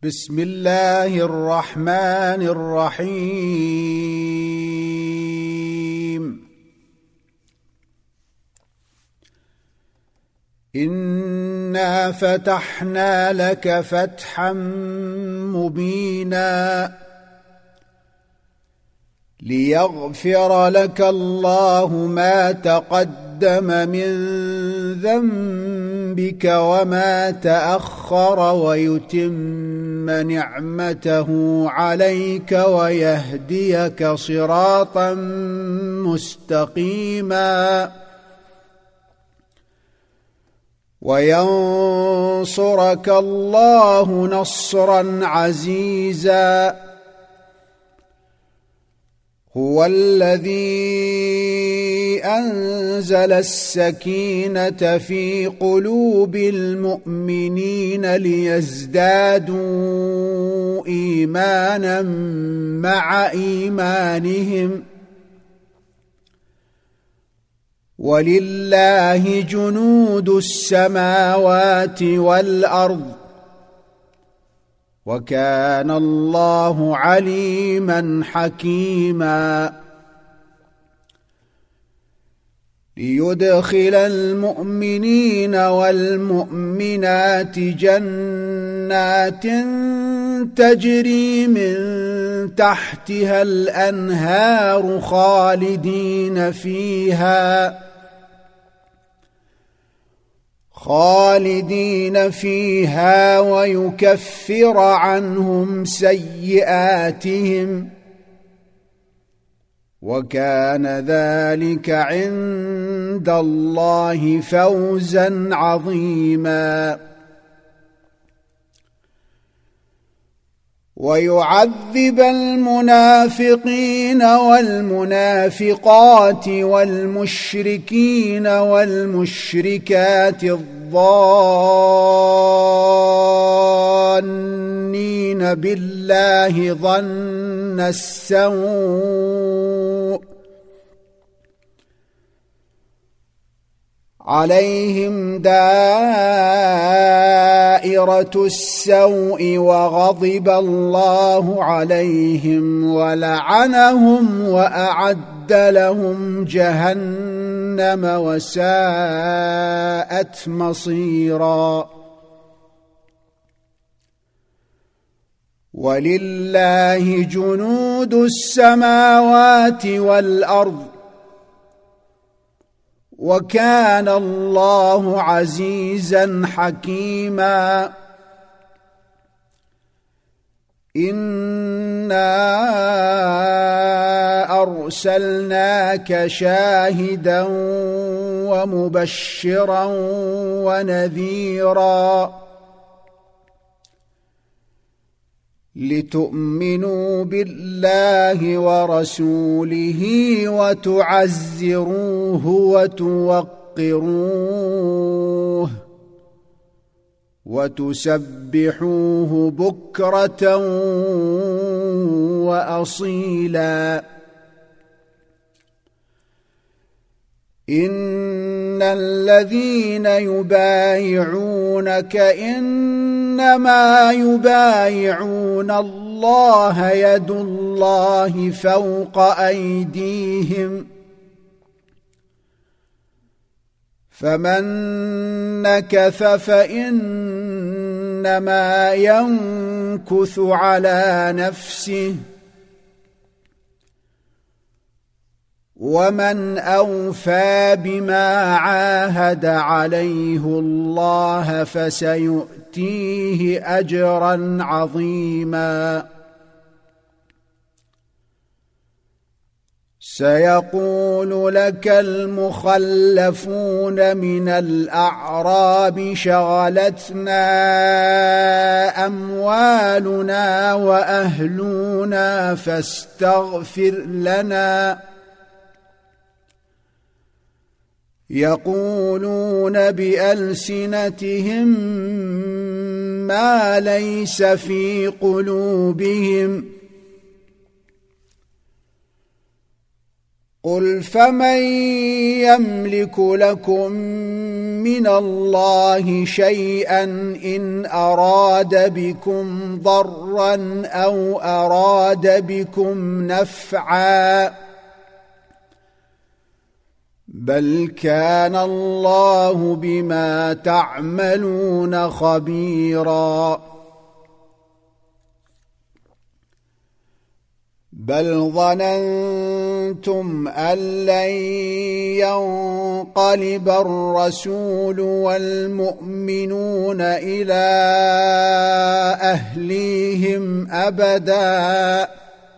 بسم الله الرحمن الرحيم. إنا فتحنا لك فتحا مبينا ليغفر لك الله ما تقدم من ذنبك وما تأخر ويتم نعمته عليك ويهديك صراطا مستقيما وينصرك الله نصرا عزيزا. هو الذي أنزل السكينة في قلوب المؤمنين ليزدادوا إيمانا مع إيمانهم ولله جنود السماوات والأرض وكان الله عليما حكيما. ليدخل المؤمنين والمؤمنات جنات تجري من تحتها الأنهار خالدين فيها ويكفر عنهم سيئاتهم وكان ذلك عند الله فوزا عظيما. ويعذب المنافقين والمنافقات والمشركين والمشركات الظانين بالله ظن السوء عليهم دائرة السوء وغضب الله عليهم ولعنهم وأعد لهم جهنم وساءت مصيرا. ولله جنود السماوات والأرض وكان الله عزيزا حكيما. إنا أرسلناك شاهدا ومبشرا ونذيرا لتؤمنوا بالله ورسوله وتعزروه وتوقروه وتسبحوه بكرة وأصيلا. إن الذين يبايعونك إنما يبايعون الله يد الله فوق أيديهم فمن نكث فإنما ينكث على نفسه ومن أوفى بما عاهد عليه الله فسيؤتيه أجرا عظيما. سيقول لك المخلفون من الأعراب شغلتنا أموالنا وأهلنا فاستغفر لنا. يقولون بألسنتهم ما ليس في قلوبهم قل فمن يملك لكم من الله شيئا إن أراد بكم ضرا أو أراد بكم نفعا بل كان الله بما تعملون خبيرا بل ظننتم أن لن ينقلب الرسول والمؤمنون إلى أهليهم أبدا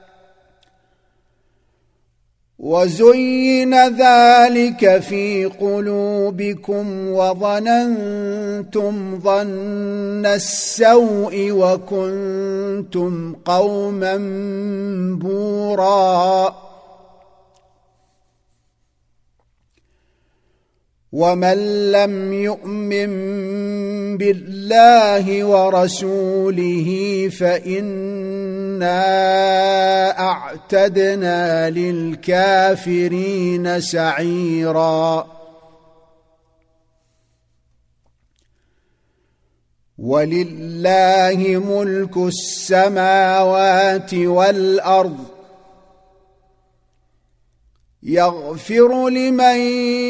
وزين ذلك في قلوبكم وظننتم ظن السوء وكنتم قوما بورا ومن لم يؤمن بالله ورسوله فإنا أعتدنا للكافرين سعيرا ولله ملك السماوات والأرض يغفر لمن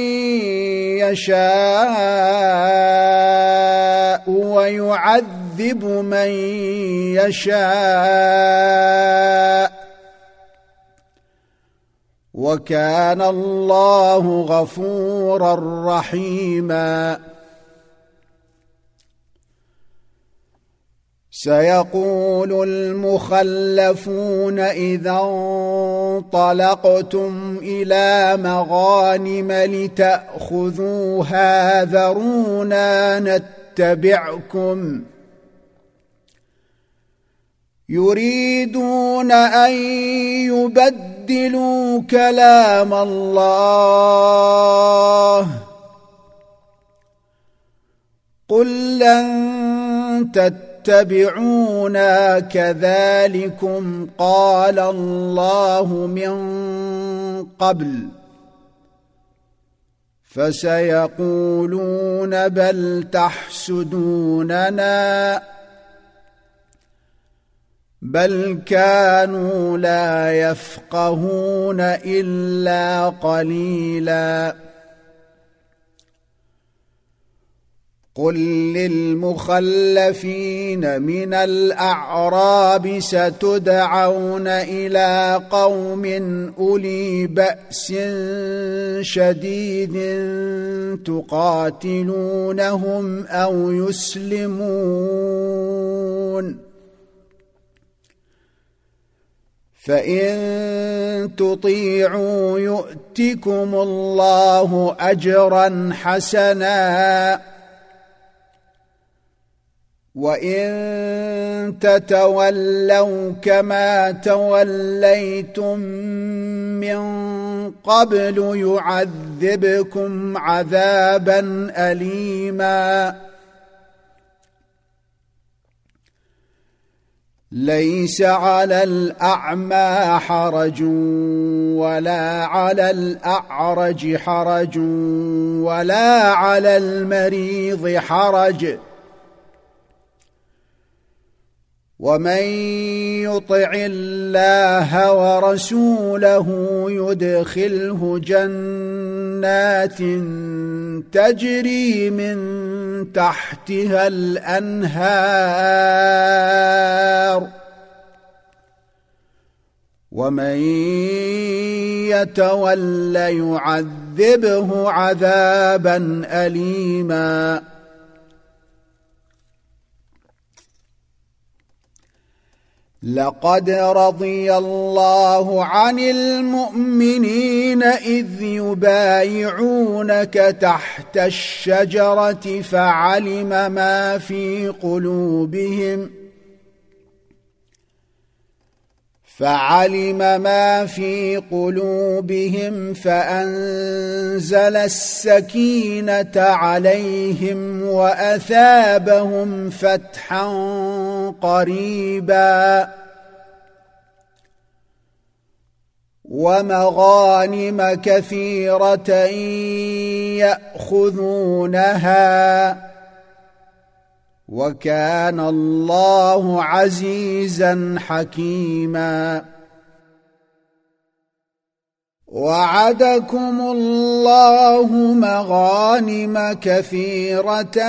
يشاء ويعذب من يشاء وكان الله غفورا رحيما سيقول المخلفون إذا انطلقتم إلى مغانم لتأخذوها ذرونا نتبعكم يريدون أن يبدلوا كلام الله قل لن تتبعونا كذلكم قال الله من قبل فسيقولون بل تحسدوننا بل كانوا لا يفقهون إلا قليلا قل للمخلفين من الأعراب ستدعون إلى قوم أولي بأس شديد تقاتلونهم أو يسلمون فإن تطيعوا يؤتكم الله أجرا حسنا وإن تتولوا كما توليتم من قبل يعذبكم عذابا أليما ليس على الأعمى حرج ولا على الأعرج حرج ولا على المريض حرج ومن يطع الله ورسوله يدخله جنات تجري من تحتها الأنهار ومن يتول يعذبه عذابا أليما لقد رضي الله عن المؤمنين إذ يبايعونك تحت الشجرة فعلم ما في قلوبهم فأنزل السكينة عليهم وأثابهم فتحا قريبا ومغانم كثيرة يأخذونها وكان الله عزيزا حكيما وعدكم الله مغانم كثيرة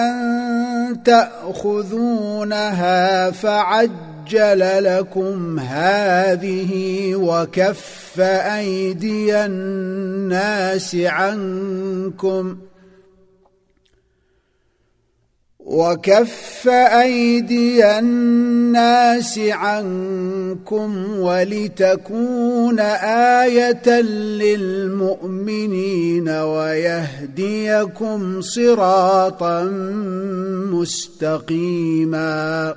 تأخذونها فعجل لكم هذه وكف أيدي الناس عنكم ولتكون آية للمؤمنين ويهديكم صراطا مستقيما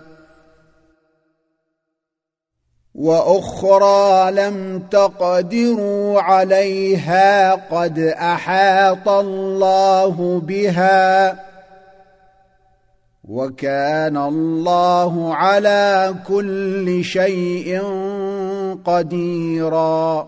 وأخرى لم تقدروا عليها قد أحاط الله بها وكان الله على كل شيء قديرا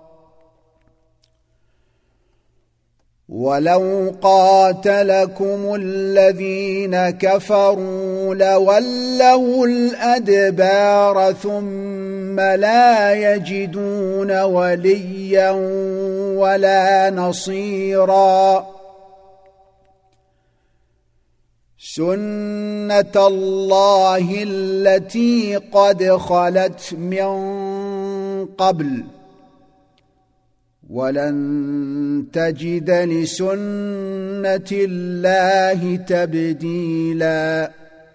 ولو قاتلكم الذين كفروا لولوا الأدبار ثم لا يجدون وليا ولا نصيرا سنة الله التي قد خلت من قبل ولن تجد لسنة الله تبديلا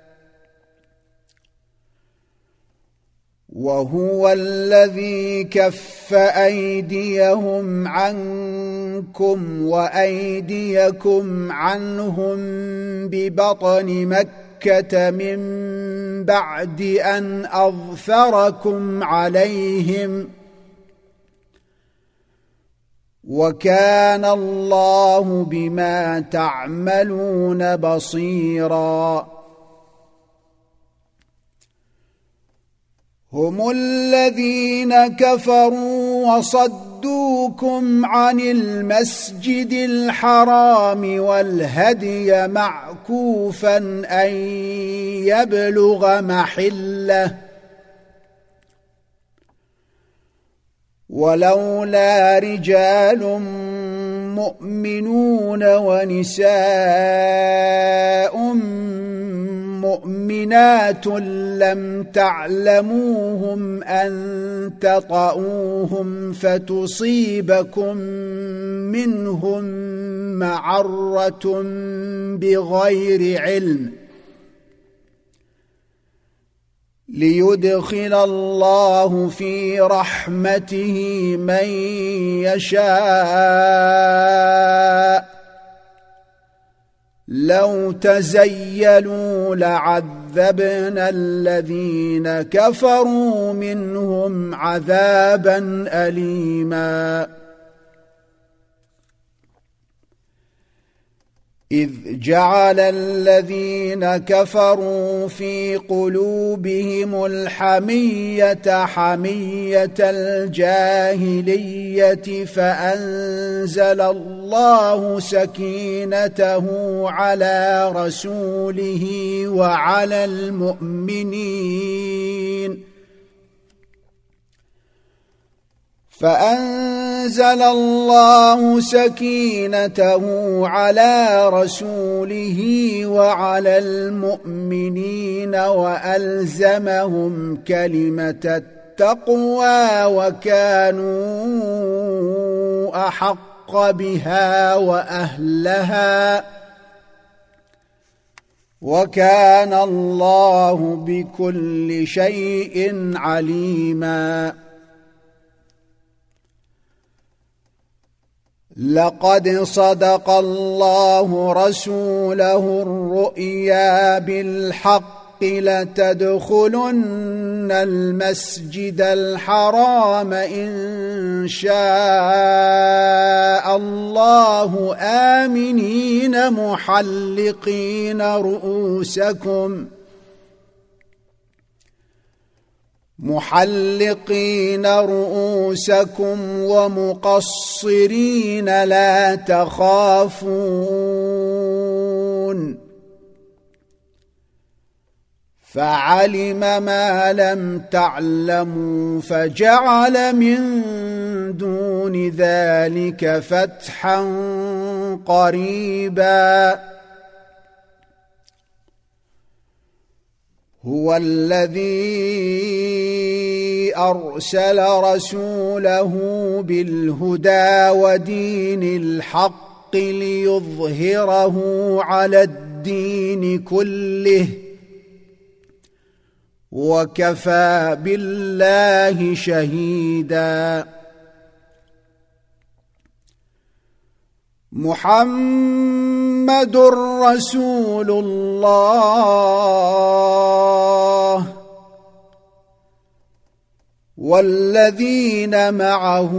وهو الذي كف أيديهم عنكم وأيديكم عنهم ببطن مكة من بعد أن أظفركم عليهم وكان الله بما تعملون بصيرا هم الذين كفروا وصدوكم عن المسجد الحرام والهدي معكوفا أن يبلغ محله ولولا رجال مؤمنون ونساء مؤمنات لم تعلموهم أن تطؤوهم فتصيبكم منهم معرة بغير علم ليدخل الله في رحمته من يشاء لو تزيلوا لعذبنا الذين كفروا منهم عذابا أليما إذ جعل الذين كفروا في قلوبهم الحمية حمية الجاهلية فأنزل الله سكينته على رسوله وعلى المؤمنين فأنزل الله سكينته على رسوله وعلى المؤمنين وألزمهم كلمة التقوى وكانوا أحق بها وأهلها وكان الله بكل شيء عليما لقد صدق الله رسوله الرؤيا بالحق لتدخلن المسجد الحرام إن شاء الله آمنين محلقين رؤوسكم ومقصرين لا تخافون فعلم ما لم تعلموا فجعل من دون ذلك فتحا قريبا هو الذي أرسل رسوله بالهدى ودين الحق ليظهره على الدين كله وكفى بالله شهيدا محمد رسول الله والذين معه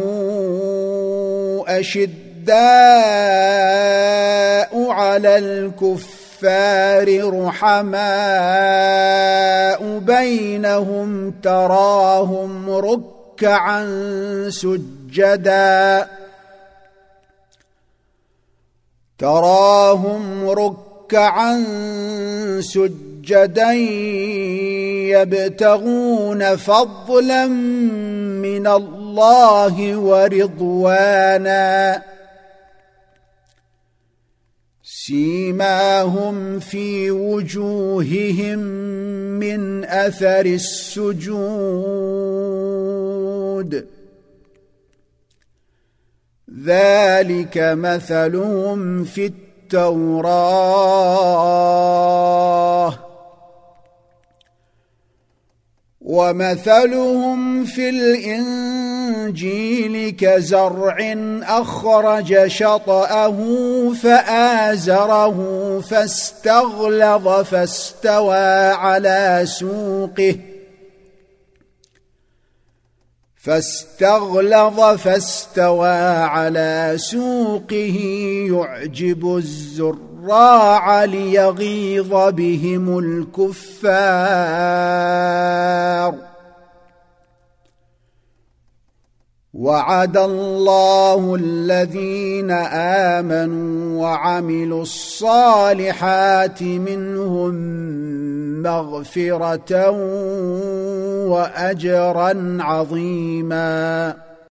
أشداء على الكفار رحماء بينهم تراهم ركعا سجدا يبتغون فضلا من الله ورضوانا سيماهم في وجوههم من أثر السجود ذلك مثلهم في التوراة ومثلهم في الإنجيل كزرع أخرج شطأه فآزره فاستغلظ فاستوى على سوقه يعجب الزراع ليغيظ بهم الكفار وعد الله الذين آمنوا وعملوا الصالحات منهم مغفرة وأجرا عظيما